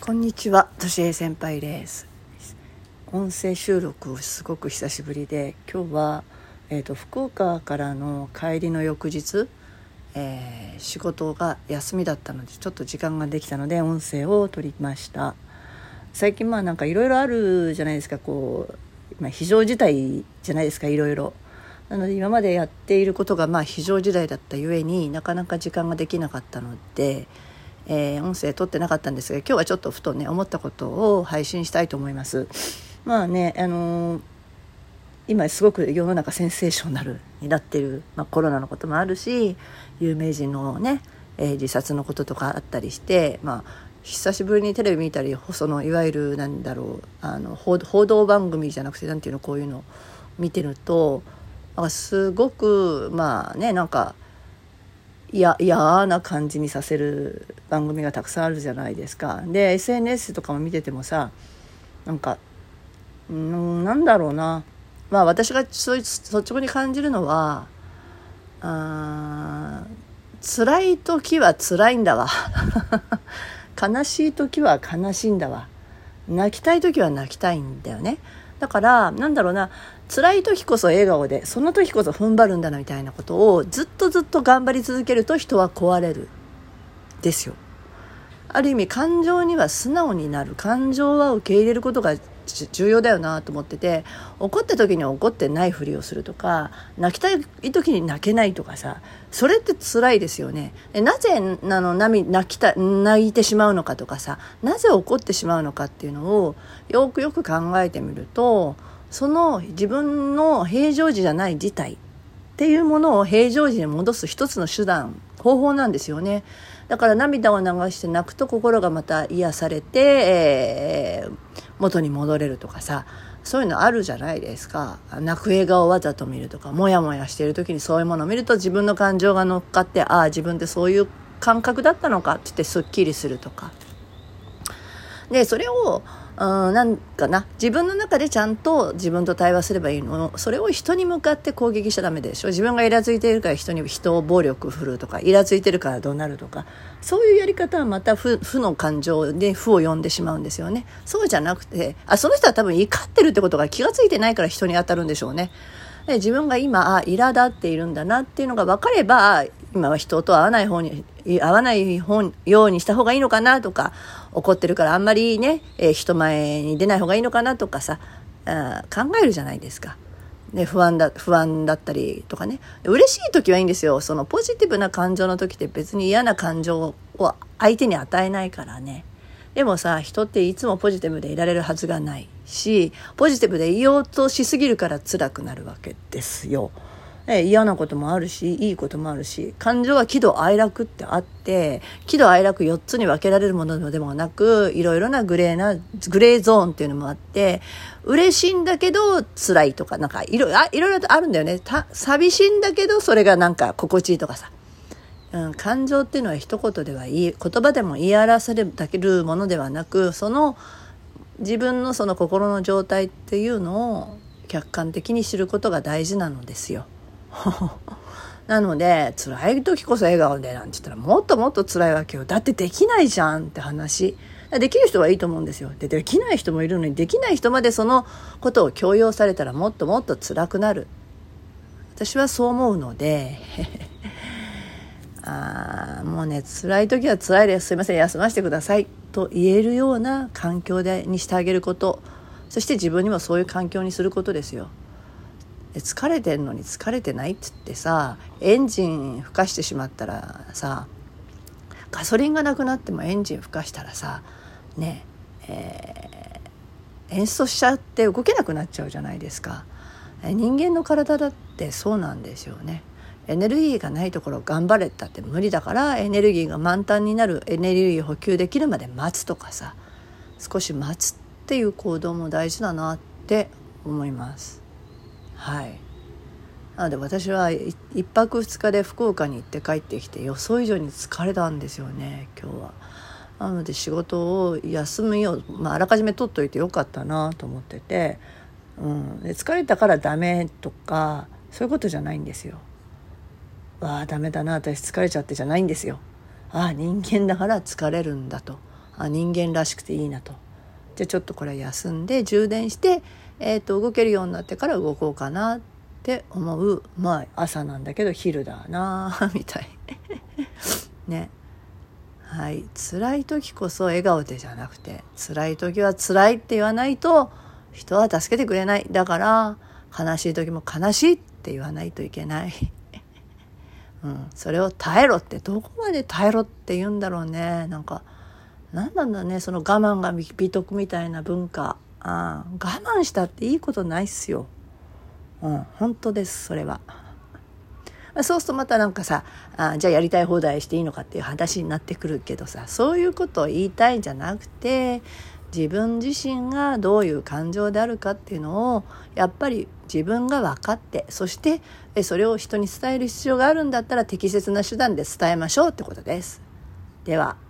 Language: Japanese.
こんにちは、としえ先輩です。音声収録すごく久しぶりで、今日は、福岡からの帰りの翌日、仕事が休みだったのでちょっと時間ができたので音声を撮りました。最近なんかいろいろあるじゃないですか。非常事態じゃないですか、いろいろ。なので今までやっていることが非常事態だったゆえになかなか時間ができなかったので、音声撮ってなかったんですが、今日はちょっとふと思ったことを配信したいと思います。今すごく世の中センセーショナルになっている、コロナのこともあるし、有名人の自殺のこととかあったりして、久しぶりにテレビ見たり、いわゆる報道番組じゃなくてこういうのを見てると、すごく嫌な感じにさせる番組がたくさんあるじゃないですか。で SNS とかも見ててもさ、私が率直に感じるのは、辛い時は辛いんだわ悲しい時は悲しいんだわ、泣きたい時は泣きたいんだよね。だから辛い時こそ笑顔で、その時こそ踏ん張るんだなみたいなことをずっと頑張り続けると人は壊れるですよ。ある意味感情には素直になる、感情は受け入れることが重要だよなと思ってて、怒った時に怒ってないふりをするとか、泣きたい時に泣けないとかさ、それって辛いですよね。なぜ泣いてしまうのかとかさ、なぜ怒ってしまうのかっていうのをよく考えてみると、その自分の平常時じゃない事態っていうものを平常時に戻す一つの方法なんですよね。だから涙を流して泣くと心がまた癒されて、元に戻れるとかさ、そういうのあるじゃないですか。泣く映画をわざと見るとか、もやもやしている時にそういうものを見ると自分の感情が乗っかって、自分ってそういう感覚だったのかって言ってすっきりするとかで、それを自分の中でちゃんと自分と対話すればいいの。それを人に向かって攻撃しちゃダメでしょ。自分がイラついているから人を暴力振るうとか、イラついてるから怒鳴るとか、そういうやり方はまた負の感情で負を呼んでしまうんですよね。そうじゃなくて、その人は多分怒ってるってことが気がついてないから人に当たるんでしょうね。で、自分が今苛立っているんだなっていうのが分かれば、今は人と会わないようにした方がいいのかなとか、怒ってるからあんまり人前に出ない方がいいのかなとかさ、考えるじゃないですか。で、不安だったりとかね。嬉しい時はいいんですよ。そのポジティブな感情の時って別に嫌な感情を相手に与えないからね。でもさ、人っていつもポジティブでいられるはずがないし、ポジティブでいようとしすぎるから辛くなるわけですよ。嫌なこともあるし、いいこともあるし、感情は喜怒哀楽ってあって、喜怒哀楽4つに分けられるものでもなく、いろいろなグレーゾーンっていうのもあって、嬉しいんだけど辛いとか、いろいろとあるんだよね。寂しいんだけどそれが心地いいとかさ。感情っていうのは一言で言葉でも言い表せるものではなく、その自分のその心の状態っていうのを客観的に知ることが大事なのですよなので、辛い時こそ笑顔でなんて言ったらもっともっと辛いわけよ。だってできないじゃんって話。できる人はいいと思うんですよ。できない人もいるのに、できない人までそのことを強要されたらもっともっと辛くなる。私はそう思うのでもう辛い時は辛いです、すいません、休ませてくださいと言えるような環境にしてあげること、そして自分にもそういう環境にすることですよ。疲れてんのに疲れてないって言ってさ、エンジン吹かしてしまったらさ、ガソリンがなくなってもエンジン吹かしたらさ演出しちゃって動けなくなっちゃうじゃないですか。人間の体だってそうなんですよね。エネルギーがないところ頑張れたって無理だから、エネルギーが満タンになる、エネルギー補給できるまで待つとかさ、少し待つっていう行動も大事だなって思います。なので私は1泊2日で福岡に行って帰ってきて、予想以上に疲れたんですよね、今日は。なので仕事を休むよう、あらかじめ取っといてよかったなと思ってて、で疲れたからダメとかそういうことじゃないんですよ。ダメだな私疲れちゃってじゃないんですよ。人間だから疲れるんだと。 人間らしくていいなと。じゃあちょっとこれ休んで充電して、動けるようになってから動こうかなって思う、朝なんだけど昼だなみたいね。はい、辛い時こそ笑顔でじゃなくて、辛い時は辛いって言わないと人は助けてくれない。だから悲しい時も悲しいって言わないといけないそれを耐えろって、どこまで耐えろって言うんだろうね。なんなんだね、その我慢が美徳みたいな文化。我慢したっていいことないっすよ。本当です、それは。そうするとまたじゃあやりたい放題していいのかっていう話になってくるけどさ、そういうことを言いたいんじゃなくて、自分自身がどういう感情であるかっていうのをやっぱり自分が分かって、そしてそれを人に伝える必要があるんだったら適切な手段で伝えましょうってことです。では。